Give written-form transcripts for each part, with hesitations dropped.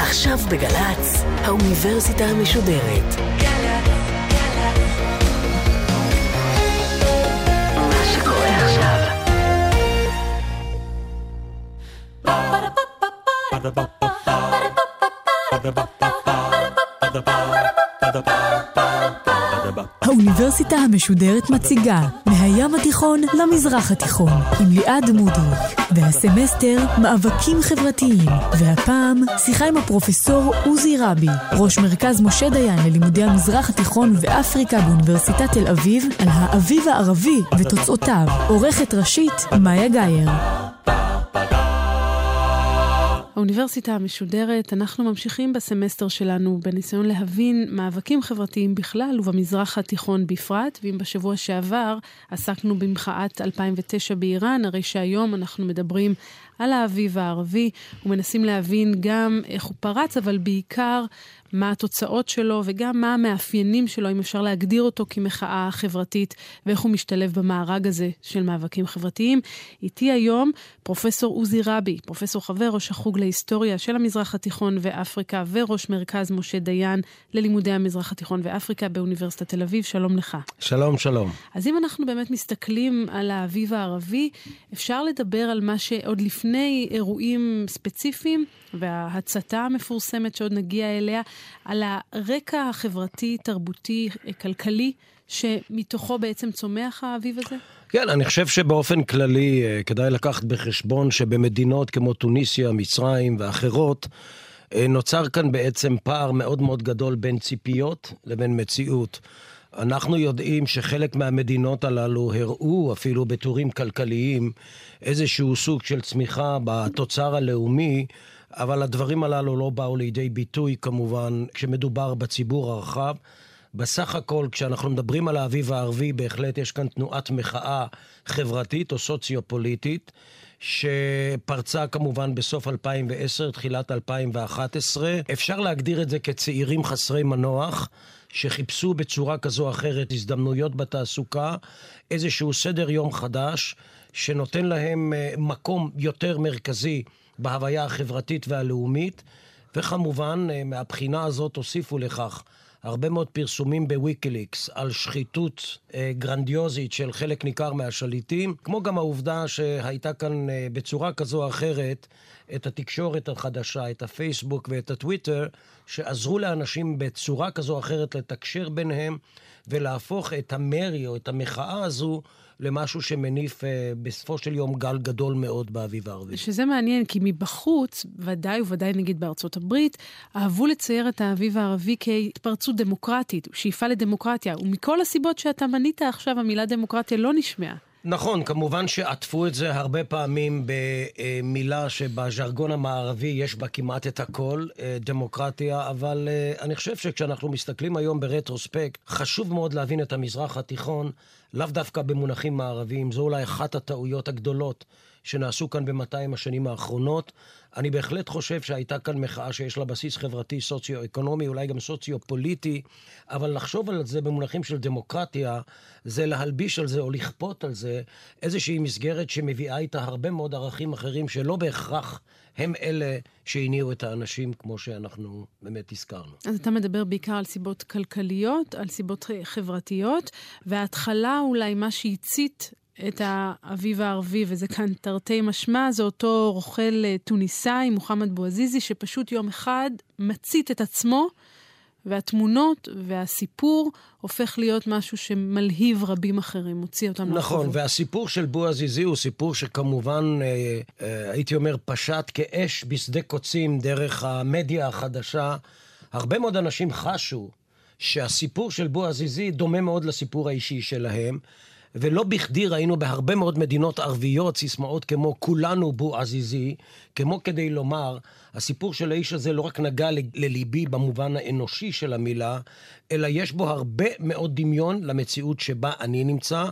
עכשיו בגלץ, האוניברסיטה המשודרת. מה שקורה עכשיו. האוניברסיטה המשודרת מציגה מהים התיכון למזרח התיכון עם ליעד מודריק, והסמסטר מאבקים חברתיים, והפעם שיחה עם הפרופסור עוזי רבי, ראש מרכז משה דיין ללימודי המזרח התיכון ואפריקה באוניברסיטת תל אביב, על האביב הערבי ותוצאותיו. עורכת ראשית מאיה גייר. האוניברסיטה המשודרת, אנחנו ממשיכים בסמסטר שלנו בניסיון להבין מאבקים חברתיים בכלל ובמזרח התיכון בפרט, ואם בשבוע שעבר עסקנו במחאת 2009 באיראן, הרי שהיום אנחנו מדברים על האביב הערבי ומנסים להבין גם איך הוא פרץ, אבל בעיקר מה התוצאות שלו וגם מה המאפיינים שלו, אם אפשר להגדיר אותו כמחאה חברתית, ואיך הוא משתלב במארג הזה של מאבקים חברתיים. איתי היום פרופסור עוזי רבי, פרופסור חבר ראש החוג להיסטוריה של המזרח התיכון ואפריקה, וראש מרכז משה דיין ללימודי המזרח התיכון ואפריקה באוניברסיטת תל אביב. שלום לך. שלום, שלום. אז אם אנחנו באמת מסתכלים על האביב הערבי, אפשר לדבר על מה שעוד לפני אירועים ספציפיים, וההצתה המפורסמת שעוד נגיע אליה, על הרקע החברתי, תרבותי, כלכלי, שמתוכו בעצם צומח האביב הזה? כן, אני חושב שבאופן כללי כדאי לקחת בחשבון שבמדינות כמו טוניסיה, מצרים ואחרות, נוצר כאן בעצם פער מאוד מאוד גדול בין ציפיות לבין מציאות. אנחנו יודעים שחלק מהמדינות הללו הראו אפילו בתורים כלכליים איזשהו סוג של צמיחה בתוצר הלאומי, אבל הדברים הללו לא באו לידי ביטוי כמובן כשמדובר בציבור הרחב. בסך הכל כשאנחנו מדברים על האביב הערבי בהחלט יש כאן תנועת מחאה חברתית או סוציו-פוליטית שפרצה כמובן בסוף 2010, תחילת 2011. אפשר להגדיר את זה כצעירים חסרי מנוח שחיפשו בצורה כזו או אחרת הזדמנויות בתעסוקה, איזשהו סדר יום חדש שנותן להם מקום יותר מרכזי בהוויה החברתית והלאומית, וכמובן מהבחינה הזאת הוסיפו לכך הרבה מאוד פרסומים בוויקיליקס על שחיתות גרנדיוזית של חלק ניכר מהשליטים, כמו גם העובדה שהייתה כאן בצורה כזו או אחרת את התקשורת החדשה, את הפייסבוק ואת הטוויטר, שעזרו לאנשים בצורה כזו או אחרת לתקשר ביניהם ולהפוך את המרי או את המחאה הזו למשהו שמניף בסופו של יום גל גדול מאוד באביב הערבי. שזה מעניין, כי מבחוץ, ודאי וודאי נגיד בארצות הברית, אהבו לצייר את האביב הערבי כהתפרצות דמוקרטית, שאיפה לדמוקרטיה, ומכל הסיבות שאתה מנית עכשיו, המילה דמוקרטיה לא נשמעה. נכון, כמובן שעטפו את זה הרבה פעמים במילה שבז'רגון המערבי יש בה כמעט את הכל, דמוקרטיה, אבל אני חושב שכשאנחנו מסתכלים היום ברטרוספקט, חשוב מאוד להבין את המזרח התיכון, לאו דווקא במונחים מערביים. זו אולי אחת הטעויות הגדולות שנעשו כאן ב-200 השנים האחרונות. אני בהחלט חושב שהייתה כאן מחאה שיש לה בסיס חברתי, סוציו-אקונומי, אולי גם סוציו-פוליטי, אבל לחשוב על זה במונחים של דמוקרטיה, זה להלביש על זה או לכפות על זה איזושהי מסגרת שמביאה איתה הרבה מאוד ערכים אחרים שלא בהכרח הם אלה שהניעו את האנשים כמו שאנחנו באמת הזכרנו. אז אתה מדבר בעיקר על סיבות כלכליות, על סיבות חברתיות, וההתחלה אולי מה שהצית את האביב הערבי, וזה כאן תרתי משמע, זה אותו רוכל טוניסאי, מוחמד בועזיזי, שפשוט יום אחד מצית את עצמו, והתמונות והסיפור הופך להיות משהו שמלהיב רבים אחרים, מוציא אותם לרחובות. נכון, והסיפור של בועזיזי הוא סיפור שכמובן, הייתי אומר, פשט כאש בשדה קוצים דרך המדיה החדשה. הרבה מאוד אנשים חשו שהסיפור של בועזיזי דומה מאוד לסיפור האישי שלהם, ולא בכדי ראינו בהרבה מאוד מדינות ערביות סיסמאות כמו כולנו בועזיזי, כמו כדי לומר, הסיפור של האיש הזה לא רק נגע לליבי במובן האנושי של המילה, אלא יש בו הרבה מאוד דמיון למציאות שבה אני נמצא,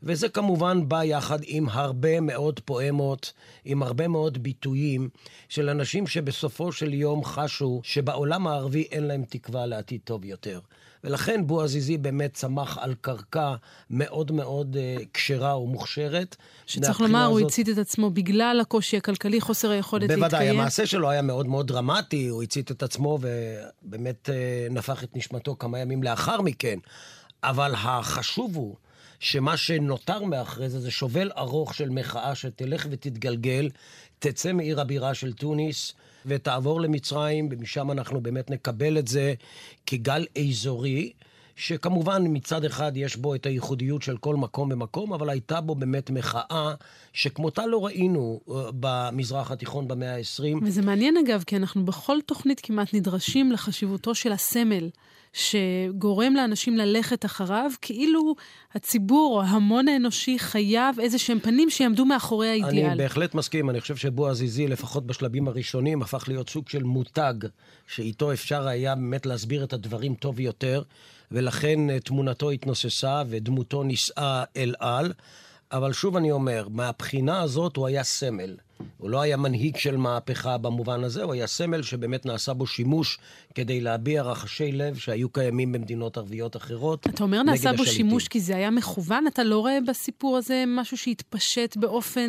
וזה כמובן בא יחד עם הרבה מאוד פואמות, עם הרבה מאוד ביטויים של אנשים שבסופו של יום חשו שבעולם הערבי אין להם תקווה לעתיד טוב יותר. ולכן בועזיזי באמת צמח על קרקע מאוד מאוד קשרה ומוכשרת. שצריך לומר, הוא הצית את עצמו בגלל הקושי הכלכלי, חוסר היכולת להתקיים. בוודאי, המעשה שלו היה מאוד מאוד דרמטי, הוא הצית את עצמו ובאמת נפח את נשמתו כמה ימים לאחר מכן. אבל החשוב הוא שמה שנותר מאחרי זה שובל ארוך של מחאה שתלך ותתגלגל, תצא מעיר הבירה של טוניס ותעבור למצרים, ומשם אנחנו באמת נקבל את זה כגל אזורי, שכמובן מצד אחד יש בו את הייחודיות של כל מקום ומקום, אבל הייתה בו באמת מחאה שכמותה לא ראינו במזרח התיכון במאה ה-20. וזה מעניין אגב, כי אנחנו בכל תוכנית כמעט נדרשים לחשיבותו של הסמל, שגורם לאנשים ללכת אחריו, כאילו הציבור או ההמון האנושי חייב איזה שהם פנים שיעמדו מאחורי האידיאל. אני בהחלט מסכים, אני חושב שבועזיזי, לפחות בשלבים הראשונים, הפך להיות סוג של מותג, שאיתו אפשר היה באמת להסביר את הדברים טוב יותר, ולכן תמונתו התנוססה ודמותו נישאה אל על, אבל שוב אני אומר, מהבחינה הזאת הוא היה סמל. הוא לא היה מנהיג של מהפכה במובן הזה, הוא היה סמל שבאמת נעשה בו שימוש כדי להביע רחשי לב שהיו קיימים במדינות ערביות אחרות. אתה אומר נעשה בו שימוש כי זה היה מכוון? אתה לא רואה בסיפור הזה משהו שהתפשט באופן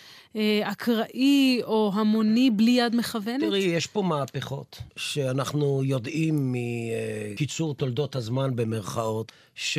אקראי או המוני בלי יד מכוונת? תראי, יש פה מהפכות שאנחנו יודעים מקיצור תולדות הזמן במרכאות,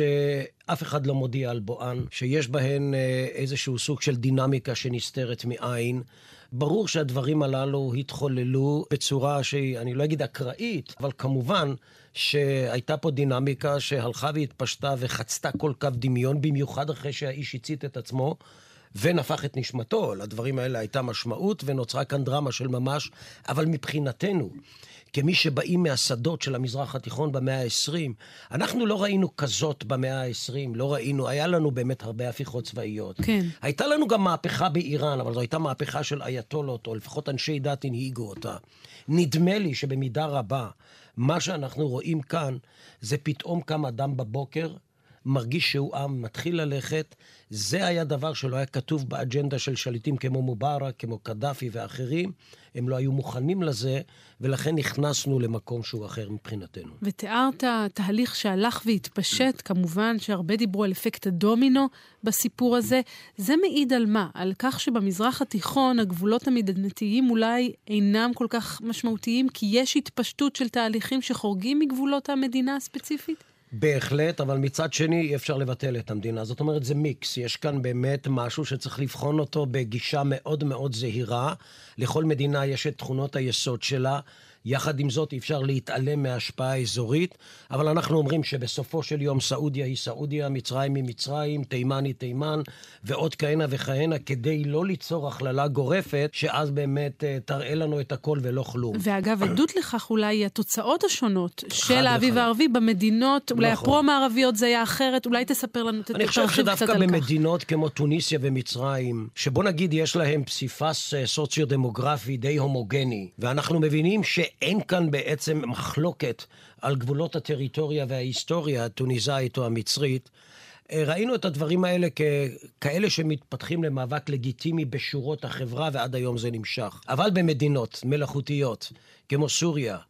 שאף אחד לא מודיע על בואן, שיש בהן איזשהו סוג של דינמיקה שנסתרת מעין. ברור שהדברים הללו התחוללו בצורה שהיא, אני לא אגיד אקראית, אבל כמובן שהייתה פה דינמיקה שהלכה והתפשטה וחצתה כל קו דמיון, במיוחד אחרי שהאיש הצית את עצמו ונפח את נשמתו. לדברים האלה הייתה משמעות ונוצרה כאן דרמה של ממש, אבל מבחינתנו, כמי שבאים מהשדות של המזרח התיכון במאה ה-20, אנחנו לא ראינו כזאת במאה ה-20, לא ראינו, היה לנו באמת הרבה הפיכות צבאיות. כן. הייתה לנו גם מהפכה באיראן, אבל זו הייתה מהפכה של אייתולות, או לפחות אנשי דת הנהיגו אותה. נדמה לי שבמידה רבה, מה שאנחנו רואים כאן, זה פתאום קם אדם בבוקר, מרגיש שהוא עם, מתחיל ללכת. זה היה דבר שלא היה כתוב באג'נדה של שליטים כמו מובארק, כמו קדאפי ואחרים. הם לא היו מוכנים לזה, ולכן נכנסנו למקום שהוא אחר מבחינתנו. ותיארת תהליך שהלך והתפשט, כמובן שהרבה דיברו על אפקט הדומינו בסיפור הזה. זה מעיד על מה? על כך שבמזרח התיכון הגבולות המדינתיים אולי אינם כל כך משמעותיים, כי יש התפשטות של תהליכים שחורגים מגבולות המדינה הספציפית? בהחלט, אבל מצד שני אי אפשר לבטל את המדינה. זאת אומרת, זה מיקס. יש כאן באמת משהו שצריך לבחון אותו בגישה מאוד מאוד זהירה. לכל מדינה יש את תכונות היסוד שלה. יחד עם זאת, אי אפשר להתעלם מההשפעה האזורית, אבל אנחנו אומרים שבסופו של יום סעודיה היא סעודיה, מצרים היא מצרים, תימן היא תימן, ועוד כהנה וכהנה, כדי לא ליצור הכללה גורפת, שאז באמת תראה לנו את הכל ולא כלום. ואגב, עדות לכך אולי התוצאות השונות של האביב הערבי במדינות, אולי הפרו-מערביות זה היה אחרת, אולי תספר לנו, אני חושב שדווקא במדינות כמו טוניסיה ומצרים, שבוא נגיד יש להם פסיפס סוציו-דמוגרפי די הומוגני, ואנחנו מבינים שאין כאן בעצם מחלוקת על גבולות הטריטוריה וההיסטוריה הטוניסאית או המצרית. ראינו את הדברים האלה ככאלה שמתפתחים למאבק לגיטימי בשורות החברה, ועד היום זה נמשך. אבל במדינות מלאכותיות, כמו סוריה,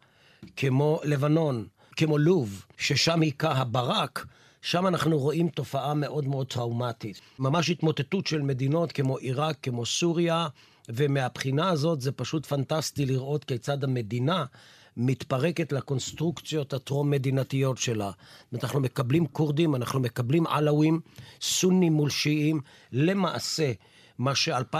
כמו לבנון, כמו לוב, ששם היכה הברק, שם אנחנו רואים תופעה מאוד מאוד טראומטית. ממש התמוטטות של מדינות כמו עיראק, כמו סוריה, ומהבחינה הזאת זה פשוט פנטסטי לראות כיצד המדינה מתפרקת לקונסטרוקציות הטרום-מדינתיות שלה. אנחנו מקבלים קורדים, אנחנו מקבלים עלווים, סונים מול שיעים. למעשה, מה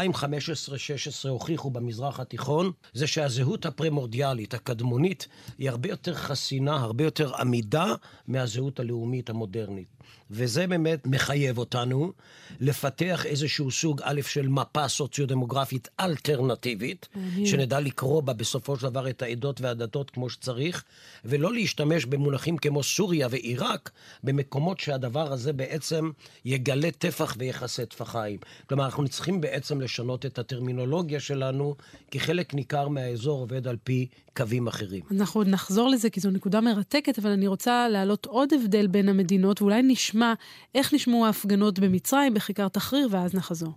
ש-2015-16 הוכיחו במזרח התיכון, זה שהזהות הפרמורדיאלית, הקדמונית, היא הרבה יותר חסינה, הרבה יותר עמידה מהזהות הלאומית המודרנית. וזה באמת מחייב אותנו לפתח איזשהו סוג א' של מפה סוציו-דמוגרפית אלטרנטיבית, שנדע לקרוא בה בסופו של דבר את העדות והדתות כמו שצריך, ולא להשתמש במונחים כמו סוריה ועיראק, במקומות שהדבר הזה בעצם יגלה טפח ויחסי טפחיים. כלומר, אנחנו צריכים הולכים בעצם לשנות את הטרמינולוגיה שלנו, כי חלק ניכר מהאזור עובד על פי קווים אחרים. אנחנו עוד נחזור לזה, כי זו נקודה מרתקת, אבל אני רוצה להעלות עוד הבדל בין המדינות, ואולי נשמע איך נשמעו ההפגנות במצרים, בכיכר תחריר, ואז נחזור.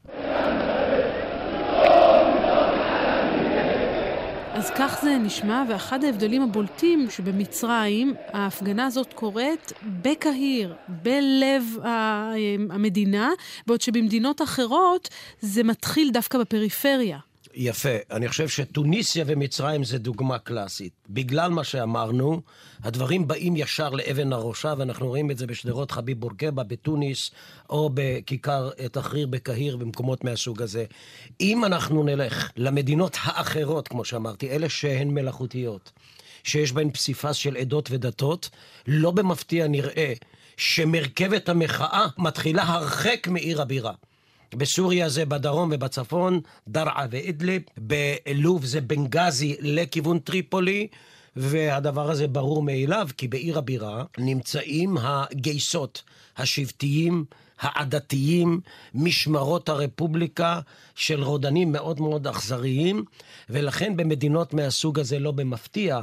אז כך זה נשמע, ואחד ההבדלים הבולטים שבמצרים, ההפגנה הזאת קורית בקהיר, בלב המדינה, בעוד שבמדינות אחרות זה מתחיל דווקא בפריפריה. יפה. אני חושב שטוניסיה ומצרים זה דוגמה קלאסית. בגלל מה שאמרנו, הדברים באים ישר לאבן הראשה, ואנחנו רואים את זה בשדרות חביב בורקבה בתוניס, או בכיכר תחריר בקהיר, במקומות מהסוג הזה. אם אנחנו נלך למדינות האחרות, כמו שאמרתי, אלה שהן מלאכותיות, שיש בהן פסיפס של עדות ודתות, לא במפתיע נראה שמרכבת המחאה מתחילה הרחק מעיר הבירה. בסוריה זה בדרום ובצפון, דרעה ואדליב, בלוב זה בנגזי לכיוון טריפולי, והדבר הזה ברור מאליו, כי בעיר הבירה נמצאים הגייסות, השבטיים, העדתיים, משמרות הרפובליקה של רודנים מאוד מאוד אכזריים, ולכן במדינות מהסוג הזה לא במפתיע,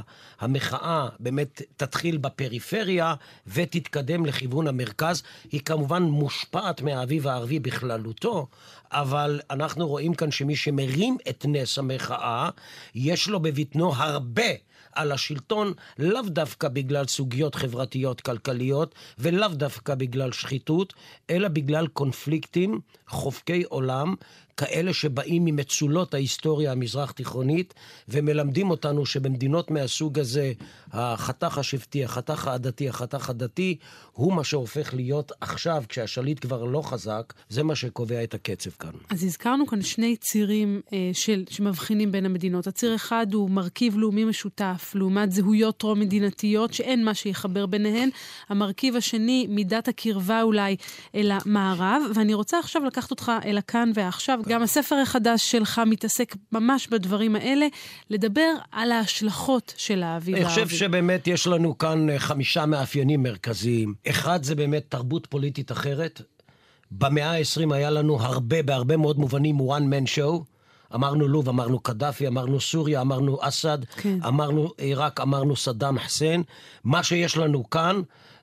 המחאה באמת תתחיל בפריפריה ותתקדם לכיוון המרכז. היא כמובן מושפעת מהאביב הערבי בכללותו, אבל אנחנו רואים כאן שמי שמרים את נס המחאה, יש לו בבטנו הרבה על השלטון, לאו דווקא בגלל סוגיות חברתיות כלכליות, ולאו דווקא בגלל שחיתות, אלא בגלל קונפליקטים חופקי עולם, כאלה שבאים ממצולות ההיסטוריה המזרח תיכונית, ומלמדים אותנו שבמדינות מהסוג הזה, החתך השבטי, החתך העדתי, החתך הדתי, הוא מה שהופך להיות עכשיו, כשהשליט כבר לא חזק, זה מה שקובע את הקצב כאן. אז הזכרנו כאן שני צירים שמבחינים בין המדינות. הציר אחד הוא מרכיב לאומי משותף, לעומת זהויות טרום-מדינתיות, שאין מה שיחבר ביניהן. המרכיב השני, מידת הקרבה אולי אל המערב, ואני רוצה עכשיו לקחת אותך אל הכאן ועכשיו. גם הספר החדש שלך מתעסק ממש בדברים האלה, לדבר על ההשלכות של האביב הערבי. אני חושב שבאמת יש לנו כאן 5 מאפיינים מרכזיים. אחד זה באמת תרבות פוליטית אחרת. במאה ה-20 היה לנו בהרבה מאוד מובנים one man show. אמרנו לוב, אמרנו קדאפי, אמרנו סוריה, אמרנו אסד, כן. אמרנו עיראק, אמרנו סדאם חוסיין. מה שיש לנו כאן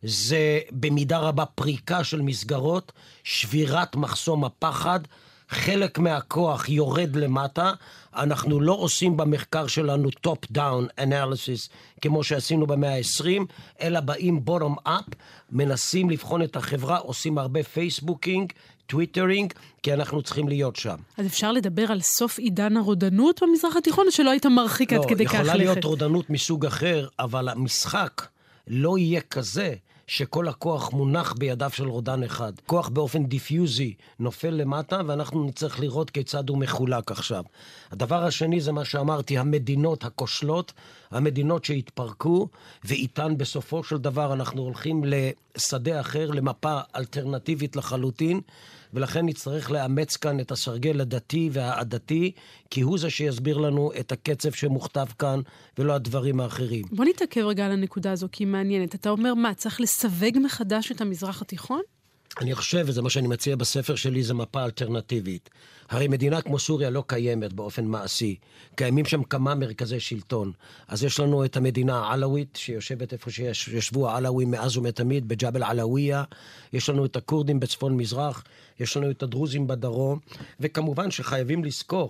זה במידה רבה פריקה של מסגרות, שבירת מחסום הפחד, חלק מהכוח יורד למטה, אנחנו לא עושים במחקר שלנו top-down analysis כמו שעשינו במאה ה-20, אלא באים bottom-up, מנסים לבחון את החברה, עושים הרבה פייסבוקינג, טוויטרינג, כי אנחנו צריכים להיות שם. אז אפשר לדבר על סוף עידן הרודנות במזרח התיכון, או שלא היית מרחיק עד כדי כך לכת? לא, יכולה להיות רודנות מסוג אחר, אבל המשחק לא יהיה כזה שכל הכוח מונח בידיו של רודן אחד. כוח באופן דיפיוזי נופל למטה, ואנחנו נצטרך לראות כיצד הוא מחולק עכשיו. הדבר השני זה מה שאמרתי, המדינות הכושלות, המדינות שהתפרקו, ואיתן בסופו של דבר אנחנו הולכים לשדה אחר, למפה אלטרנטיבית לחלוטין, ולכן נצטרך לאמץ כאן את הסרגל הדתי והעדתי, כי הוא זה שיסביר לנו את הקצב שמוכתב כאן, ולא הדברים האחרים. בוא נתעכב רגע על הנקודה הזו, כי היא מעניינת. אתה אומר מה, צריך לסווג מחדש את המזרח התיכון? אני חושב, וזה מה שאני מציע בספר שלי, זה מפה אלטרנטיבית. הרי מדינה כמו סוריה לא קיימת באופן מעשי. קיימים שם כמה מרכזי שלטון. אז יש לנו את המדינה העלווית, שיושבת איפה שישבו העלווים מאז ומתמיד, בג'בל עלוויה. יש לנו את הכורדים בצפון מזרח. יש לנו את הדרוזים בדרום. וכמובן שחייבים לזכור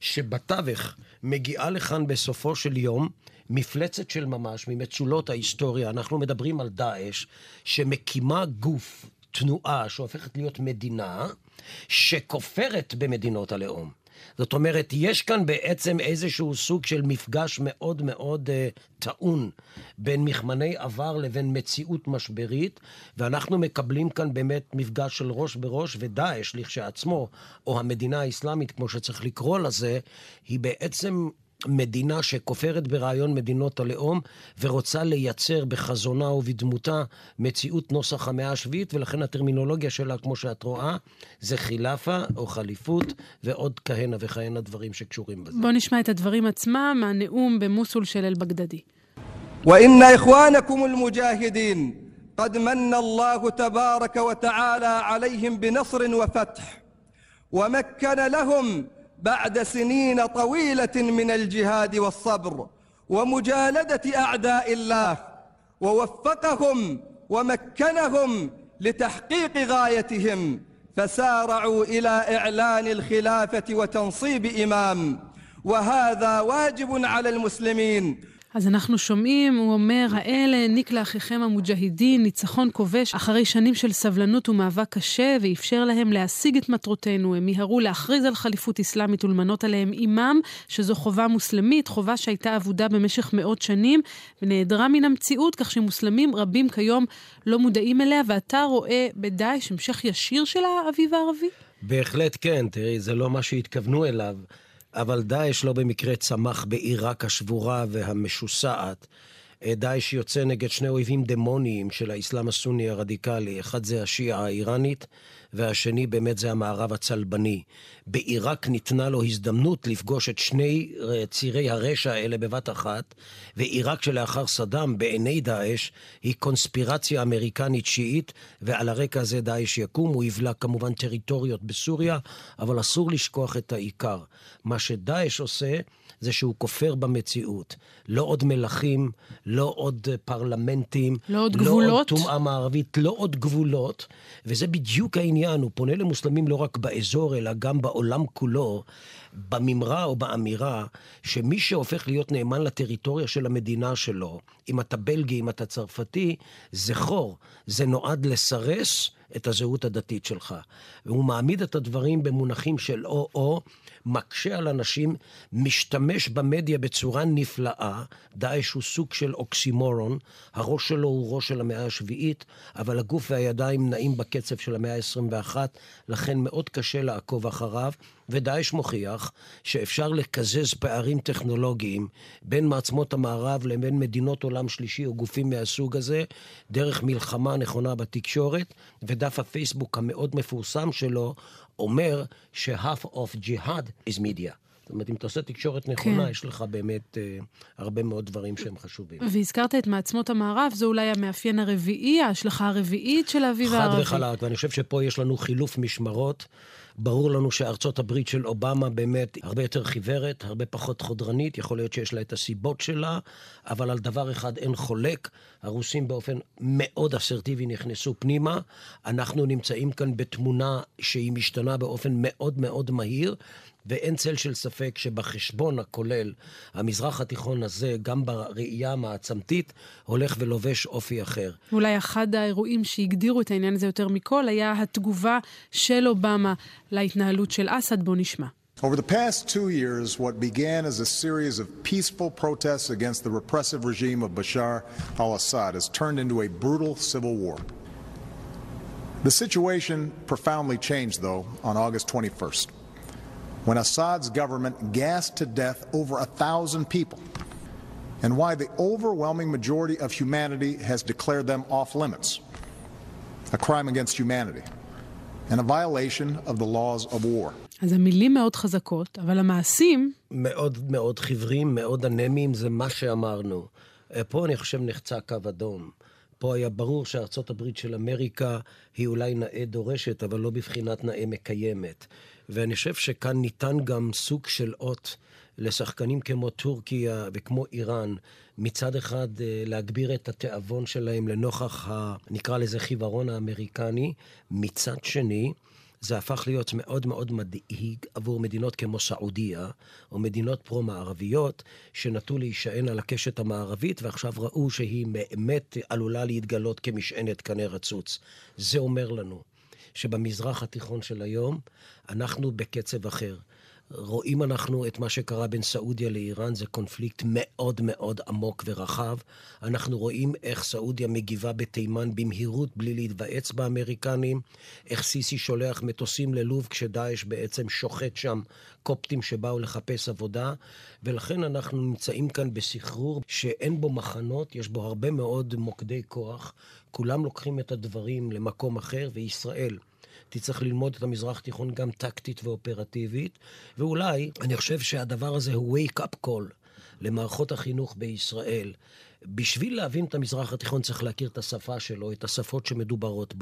שבתווך מגיעה לכאן בסופו של יום מפלצת של ממש, ממצולות ההיסטוריה. אנחנו מדברים על דאעש, שמקימה גוף, תנועה שהופכת להיות מדינה שכופרת במדינות הלאום. זאת אומרת, יש כאן בעצם איזשהו סוג של מפגש מאוד מאוד טעון בין מכמני עבר לבין מציאות משברית, ואנחנו מקבלים כאן באמת מפגש של ראש בראש, ודאעש לכשעצמו, או המדינה האסלאמית כמו שצריך לקרוא לזה, היא בעצם מדינה שכופרת ברעיון מדינות הלאום, ורוצה לייצר בחזונה ובדמותה מציאות נוסח המאה השביעית, ולכן הטרמינולוגיה שלה, כמו שאת רואה, זה חילאפה או חליפות, ועוד כהנה וכהנה דברים שקשורים בזה. בוא נשמע את הדברים עצמם, מהנאום במוסול של אל-בגדדי. وإن إخوانكم المجاهدين قد من الله تبارك وتعالى عليهم بنصر وفتح ومكن لهم بعد سنين طويلة من الجهاد والصبر ومجالدة أعداء الله، ووفقهم ومكنهم لتحقيق غايتهم، فسارعوا إلى إعلان الخلافة وتنصيب إمام، وهذا واجب على المسلمين. אז אנחנו שומעים, הוא אומר, האלה העניק לאחיכם המוג'הידין ניצחון כובש אחרי שנים של סבלנות ומאבק קשה, ואפשר להם להשיג את מטרותינו. הם מיהרו להכריז על חליפות אסלאמית ולמנות עליהם אימאם, שזו חובה מוסלמית, חובה שהייתה עבודה במשך מאות שנים, ונעדרה מן המציאות, כך שמוסלמים רבים כיום לא מודעים אליה, ואתה רואה בדאעש המשך ישיר של האביב הערבי? בהחלט כן, תראי, זה לא מה שהתכוונו אליו. אבל דאעש לא במקרה צמח בעיראק השבורה והמשוסעת. דאעש יוצא נגד שני אויבים דמוניים של האסלאם הסוני הרדיקלי. אחד זה השיעה האיראנית, והשני באמת זה המערב הצלבני. בעיראק ניתנה לו הזדמנות לפגוש את שני צירי הרשע האלה בבת אחת, ועיראק שלאחר סדאם בעיני דאעש היא קונספירציה אמריקנית שיעית, ועל הרקע הזה דאעש יקום. הוא יבלע כמובן טריטוריות בסוריה, אבל אסור לשכוח את העיקר. מה שדאעש עושה זה שהוא כופר במציאות. לא עוד מלכים, לא עוד פרלמנטים, לא עוד גבולות, לא עוד תומעה מערבית, לא עוד גבולות, וזה בדיוק העניין. הוא פונה למוסלמים לא רק באזור, אלא גם בעולם כולו, בממרה או באמירה, שמי שהופך להיות נאמן לטריטוריה של המדינה שלו, אם אתה בלגי, אם אתה צרפתי, זה חור, זה נועד לסרס את הזהות הדתית שלך. והוא מעמיד את הדברים במונחים של או, מקשה על אנשים, משתמש במדיה בצורה נפלאה. דאעש הוא סוג של אוקסימורון, הראש שלו הוא ראש של המאה השביעית, אבל הגוף והידיים נעים בקצב של המאה ה-21, לכן מאוד קשה לעקוב אחריו, ודאעש מוכיח שאפשר לקזז פערים טכנולוגיים בין מעצמות המערב לבין מדינות עולם שלישי או גופים מהסוג הזה, דרך מלחמה נכונה בתקשורת, ודף הפייסבוק המאוד מפורסם שלו אומר ש-half of jihad is media. זאת אומרת, אם אתה עושה תקשורת נכונה, יש לך באמת הרבה מאוד דברים שהם חשובים. והזכרת את מעצמות המערב, זה אולי המאפיין הרביעי, ההשלכה הרביעית של האביב הערבי. חד וחלק, ואני חושב שפה יש לנו חילוף משמרות. ברור לנו שארצות הברית של אובמה באמת הרבה יותר חיוורת, הרבה פחות חודרנית, יכול להיות שיש לה את הסיבות שלה, אבל על דבר אחד אין חולק, הרוסים באופן מאוד אסרטיבי נכנסו פנימה, אנחנו נמצאים כאן בתמונה שהיא משתנה באופן מאוד מאוד מהיר, ואין צל של ספק שבחשבון הכולל, המזרח התיכון הזה, גם בראייה המעצמתית, הולך ולובש אופי אחר. אולי אחד האירועים שהגדירו את העניין הזה יותר מכל, היה התגובה של אובמה להתנהלות של אסד. בוא נשמע. Over the past 2 years, what began as a series of peaceful protests against the repressive regime of Bashar al-Assad has turned into a brutal civil war. The situation profoundly changed, though, on August 21st. When Assad's government gassed to death over 1,000 people, and why the overwhelming majority of humanity has declared them off limits, a crime against humanity, and a violation of the laws of war. אז המילים מאוד חזקות, אבל המעשים מאוד מאוד חיוורים, מאוד אנמיים, זה מה שאמרנו. פה אני חושב נחצה קו אדום. פה היה ברור שארצות הברית של אמריקה היא אולי נאה דורשת, אבל לא בבחינת נאה מקיימת. ואני חושב שכאן ניתן גם סוג של אות לשחקנים כמו טורקיה וכמו איראן, מצד אחד להגביר את התיאבון שלהם לנוכח, נקרא לזה חיוורון האמריקני, מצד שני, זה הפך להיות מאוד מאוד מדאיג עבור מדינות כמו סעודיה, או מדינות פרו-מערביות, שנטו להישען על הקשת המערבית, ועכשיו ראו שהיא באמת עלולה להתגלות כמשענת קנה רצוץ. זה אומר לנו שבמזרח התיכון של היום, אנחנו בקצב אחר. רואים אנחנו את מה שקרה בין סעודיה לאיראן, זה קונפליקט מאוד מאוד עמוק ורחב. אנחנו רואים איך סעודיה מגיבה בתימן במהירות בלי להתבאץ באמריקנים, איך סיסי שולח מטוסים ללוב כשדאעש בעצם שוחט שם קופטים שבאו לחפש עבודה, ולכן אנחנו נמצאים כאן בסחרור שאין בו מחנות, יש בו הרבה מאוד מוקדי כוח, כולם לוקחים את הדברים למקום אחר, וישראל תצטרך ללמוד את המזרח תיכון גם טקטית ואופרטיבית, ואולי אני חושב שהדבר הזה הוא wake up call למערכות החינוך בישראל. בשביל להבין את המזרח התיכון צריך להכיר את השפה שלו, את השפות שמדוברות בו.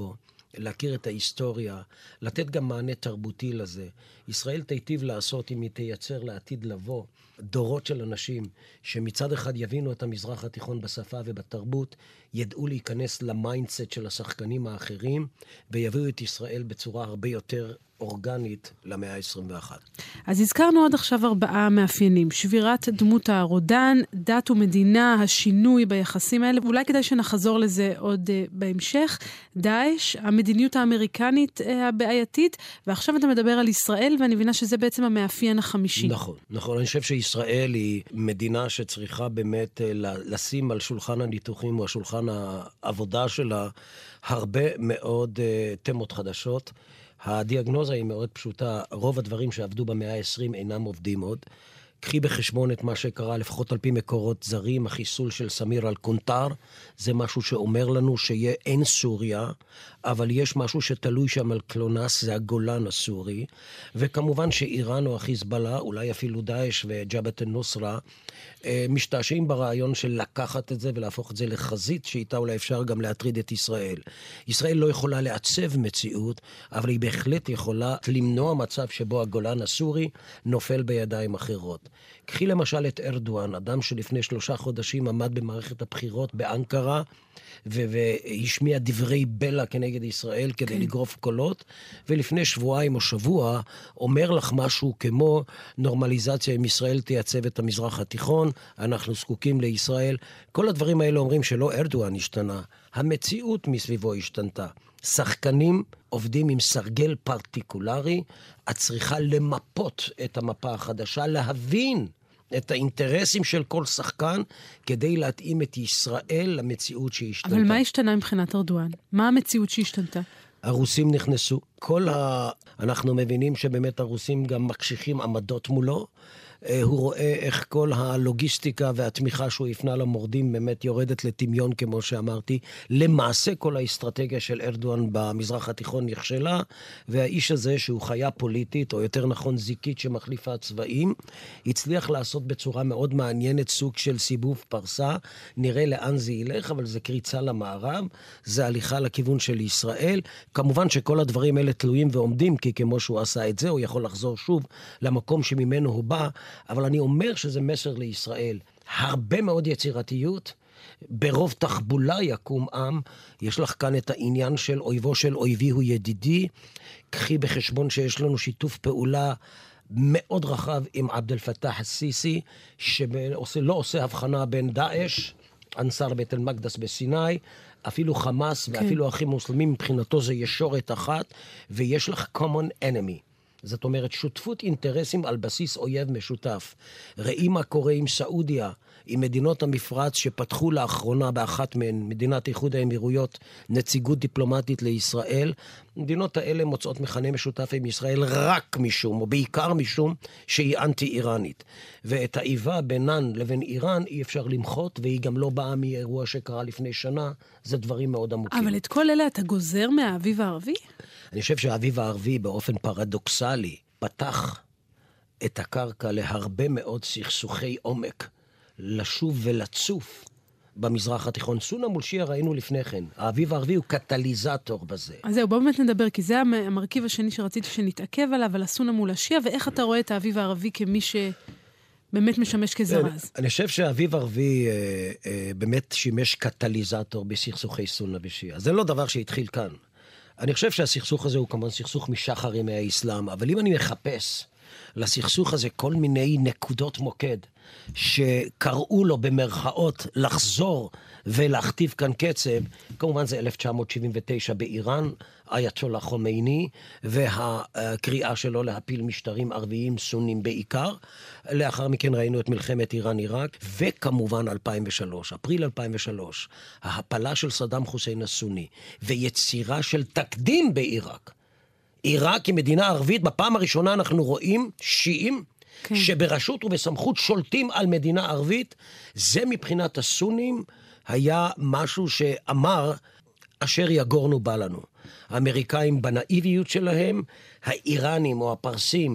להכיר את ההיסטוריה, לתת גם מענה תרבותי לזה. ישראל תיטיב לעשות אם היא תייצר לעתיד לבוא דורות של אנשים שמצד אחד יבינו את המזרח התיכון בשפה ובתרבות, ידעו להיכנס למיינדסט של השחקנים האחרים, ויביאו את ישראל בצורה הרבה יותר אורגנית למאה ה-21. אז הזכרנו עד עכשיו 4 מאפיינים: שבירת דמות הרודן, דת ומדינה, השינוי ביחסים האלה, ואולי כדאי שנחזור לזה עוד בהמשך, דאעש, המדיניות האמריקנית הבעייתית, ועכשיו אתה מדבר על ישראל, ואני מבינה שזה בעצם המאפיין החמישי. נכון. אני חושב שישראל היא מדינה שצריכה באמת לשים על שולחן הניתוחים או שולחן העבודה שלה הרבה מאוד תמות חדשות. הדיאגנוזה היא מאוד פשוטה, רוב הדברים שעבדו במאה ה-20 אינם עובדים עוד. קחי בחשבון את מה שקרה, לפחות על פי מקורות זרים, החיסול של סמיר אל-קונטר, זה משהו שאומר לנו שיהיה אין סוריה, אבל יש משהו שתלוי שם על קלונס, זה הגולן הסורי, וכמובן שאיראן או החיזבאללה, אולי אפילו דאעש וג'בהת א-נוסרה, משתעשעים ברעיון של לקחת את זה ולהפוך את זה לחזית, שאיתה אולי אפשר גם להטריד את ישראל. ישראל לא יכולה לעצב מציאות, אבל היא בהחלט יכולה למנוע מצב שבו הגולן הסורי נופל בידיים אחרות. קחי למשל את ארדואן, אדם שלפני 3 חודשים עמד במערכת הבחירות באנקרה, והשמיע דברי בלע כנגד ישראל כדי לגרוף קולות, ולפני שבועיים או שבוע אומר לך משהו כמו נורמליזציה עם ישראל תייצב את המזרח התיכון, אנחנו זקוקים לישראל. כל הדברים האלה אומרים שלא ארדואן השתנה, המציאות מסביבו השתנתה. שחקנים עובדים עם סרגל פרטיקולרי, את צריכה למפות את המפה החדשה, להבין את האינטרסים של כל שחקן, כדי להתאים את ישראל למציאות שהשתנתה. אבל מה השתנה מבחינת ארדואן? מה המציאות שהשתנתה? הרוסים נכנסו. אנחנו מבינים שבאמת הרוסים גם מקשיחים עמדות מולו. הוא רואה איך כל הלוגיסטיקה והתמיכה שהוא הפנה למורדים באמת יורדת לטמיון, כמו שאמרתי. למעשה כל האסטרטגיה של ארדואן במזרח התיכון נכשלה, והאיש הזה שהוא חיה פוליטית, או יותר נכון זיקית שמחליפה צבעים, הצליח לעשות בצורה מאוד מעניינת סוג של סיבוב פרסה. נראה לאן זה ילך, אבל זה קריצה למערב, זה הליכה לכיוון של ישראל. כמובן שכל הדברים האלה תלויים ועומדים, כי כמו שהוא עשה את זה, הוא יכול לחזור שוב למקום שממנו הוא בא, אבל אני אומר שזה מסר לישראל. הרבה מאוד יצירתיות, ברוב תחבולה יקום עם. יש לך כאן את העניין של אויבו של אויבי הוא ידידי. קחי בחשבון שיש לנו שיתוף פעולה מאוד רחב עם עבד אל-פתאח א-סיסי, שלא עושה הבחנה בין דאעש, אנסר בית אל-מקדס בסיני, אפילו חמאס ואפילו אחים מוסלמים, מבחינתו זה ישורת אחת, ויש לך common enemy. זאת אומרת, שותפות אינטרסים על בסיס אויב משותף. ראי מה קורה עם סעודיה, עם מדינות המפרץ שפתחו לאחרונה באחת מהן, מדינת איחוד האמירויות, נציגות דיפלומטית לישראל. מדינות האלה מוצאות מכנה משותף עם ישראל רק משום, או בעיקר משום, שהיא אנטי-איראנית. ואת האיבה בינן לבין איראן אי אפשר למחות, והיא גם לא באה מאירוע שקרה לפני שנה. זה דברים מאוד עמוקים. אבל את כל אלה אתה גוזר מהאביב הערבי? אני חושב שהאביב הערבי באופן פרדוקסלי פתח את הקרקע להרבה מאוד סכסוכי עומק, לשוב ולצוף במזרח התיכון. סונה מול שיעה ראינו לפני כן. האביב הערבי הוא קטליזטור בזה. אז זהו, בוא באמת נדבר, כי זה המרכיב השני שרציתי שנתעכב עליו, על הסונה מול השיעה, ואיך אתה רואה את האביב הערבי כמי שבאמת משמש כזרז? אני חושב שהאביב הערבי באמת שימש קטליזטור בסכסוכי סונה ושיעה. זה לא דבר שהתחיל כאן. אני חושב שהסכסוך הזה הוא כמובן סכסוך משחר ימי האסלאם, אבל אם אני מחפש לסכסוך הזה כל מיני נקודות מוקד שקראו לו במרכאות לחזור ולהכתיב כאן קצב, כמובן זה 1979 באיראן, אייתולה חומייני והקריאה שלו להפיל משטרים ערביים סונים בעיקר. לאחר מכן ראינו את מלחמת איראן-עיראק, וכמובן 2003, אפריל 2003, ההפלה של סדאם חוסיין הסוני ויצירה של תקדים בעיראק. עיראק היא מדינה ערבית, בפעם הראשונה אנחנו רואים שיעים שברשות ובסמכות שולטים על מדינה ערבית. זה מבחינת הסונים היה משהו שאמר אשר יגורנו בא לנו. האמריקאים בנאיביות שלהם, האיראנים או הפרסים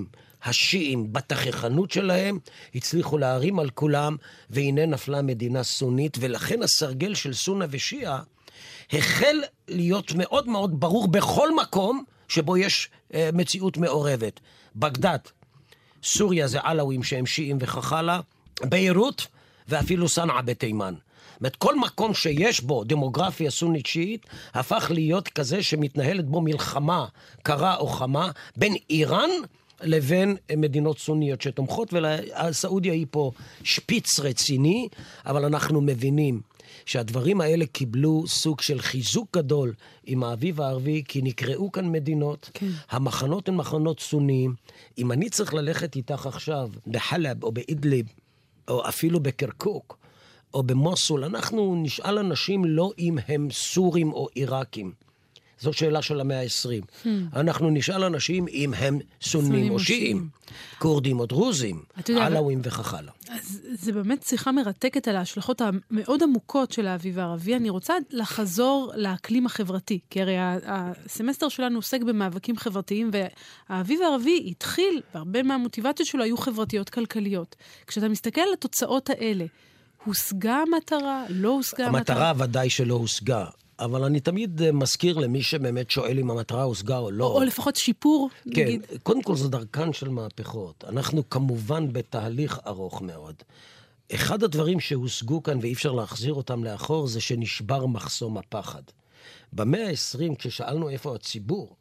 השיעים בתכחנות שלהם הצליחו להרים על כולם, והנה נפלה מדינה סונית, ולכן הסרגל של סונה ושיעה החל להיות מאוד מאוד ברור בכל מקום שבו יש מציאות מעורבת. בגדד, סוריה זה עלווים שהם שיעים וכך הלאה, ביירות ואפילו סנעה בתימן. כל מקום שיש בו דמוגרפיה סונית שיעית הפך להיות כזה שמתנהלת בו מלחמה קרה או חמה בין איראן לבין מדינות סוניות שתומכות, והסעודיה היא פה שפיץ רציני, אבל אנחנו מבינים שהדברים האלה קיבלו סוג של חיזוק גדול עם האביב הערבי, כי נקראו כאן מדינות, כן. המחנות הן מחנות סוניים. אם אני צריך ללכת איתך עכשיו בחלב או באידליב, או אפילו בקרקוק, או במוסול, אנחנו נשאל אנשים לא אם הם סורים או עיראקים. זו שאלה של המאה ה-20. אנחנו נשאל אנשים אם הם סונים או שיעים, קורדים או דרוזים, עלווים וכך הלאה. אז זה באמת שיחה מרתקת על ההשלכות המאוד עמוקות של האביב הערבי. אני רוצה לחזור לאקלים החברתי, כי הרי הסמסטר שלנו עוסק במאבקים חברתיים, והאביב הערבי התחיל, והרבה מהמוטיבציות שלו היו חברתיות כלכליות. כשאתה מסתכל על התוצאות האלה, הושגה המטרה? לא הושגה המטרה? המטרה ודאי שלא הושגה. אבל אני תמיד מזכיר למי שבאמת שואל אם המטרה הושגה או לא. או לפחות שיפור, כן, נגיד. קודם כל זה דרכן של מהפכות. אנחנו כמובן בתהליך ארוך מאוד. אחד הדברים שהושגו כאן ואי אפשר להחזיר אותם לאחור, זה שנשבר מחסום הפחד. במאה ה-20, כששאלנו איפה הציבור,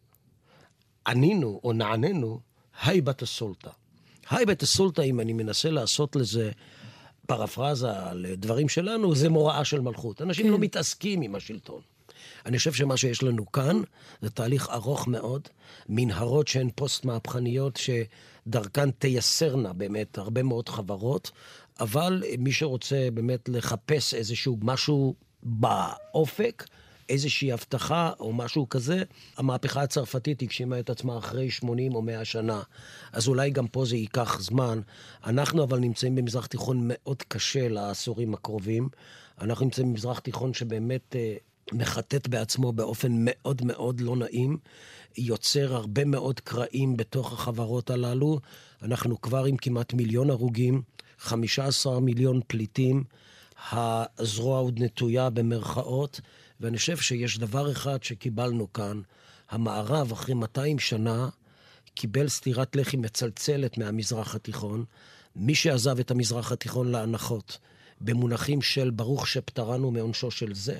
ענינו או נעננו, היי בת הסולטה. היי בת הסולטה, אם אני מנסה לעשות לזה פרפרזה לדברים שלנו, זה מוראה של מלכות. אנשים לא מתעסקים עם השלטון. אני חושב שמה שיש לנו כאן, זה תהליך ארוך מאוד, מנהרות שהן פוסט-מהפכניות, שדרכן תייסרנה באמת הרבה מאוד חברות, אבל מי שרוצה באמת לחפש איזשהו משהו באופק, איזושהי הבטחה או משהו כזה, המהפכה הצרפתית הגשימה את עצמה אחרי 80 או 100 שנה. אז אולי גם פה זה ייקח זמן. אנחנו אבל נמצאים במזרח תיכון מאוד קשה לעשורים הקרובים. אנחנו נמצאים במזרח תיכון שבאמת מחטט בעצמו באופן מאוד מאוד לא נעים, יוצר הרבה מאוד קרעים בתוך החברות הללו. אנחנו כבר עם כמעט 1,000,000 הרוגים, 15 מיליון פליטים, הזרוע עוד נטויה במרכאות, ואני חושב שיש דבר אחד שקיבלנו כאן, המערב אחרי 200 שנה קיבל סטירת לחי מצלצלת מהמזרח התיכון, מי שעזב את המזרח התיכון להנחות, במונחים של ברוך שפטרנו מעונשו של זה,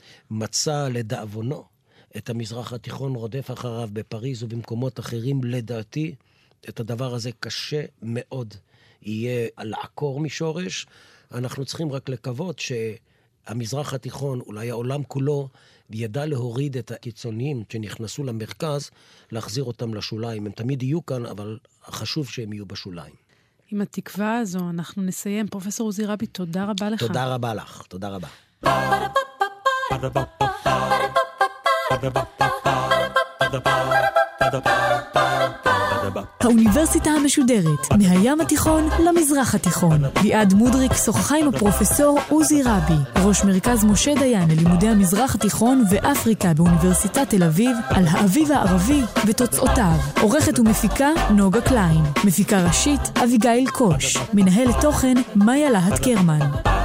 מצא לדאבונו את המזרח התיכון רודף אחריו בפריז ובמקומות אחרים. לדעתי את הדבר הזה קשה מאוד יהיה לעקור משורש. אנחנו צריכים רק לקוות שהמזרח התיכון, אולי העולם כולו, ידע להוריד את הקיצוניים שנכנסו למרכז, להחזיר אותם לשוליים. הם תמיד יהיו כאן, אבל חשוב שהם יהיו בשוליים. עם התקווה הזו אנחנו נסיים. פרופסור עוזי רבי, תודה רבה לך. תודה רבה לך, תודה רבה. האוניברסיטה המשודרת, מהים התיכון למזרח התיכון. ליעד מודריק שוחחה עם הפרופסור עוזי רבי, ראש מרכז משה דיין ללימודי המזרח התיכון ואפריקה באוניברסיטת תל אביב, על האביב הערבי ותוצאותיו. עורכת ומפיקה נוגה קליין, מפיקה ראשית אביגיל קוש, מנהלת תוכן מאיה להט קרמן.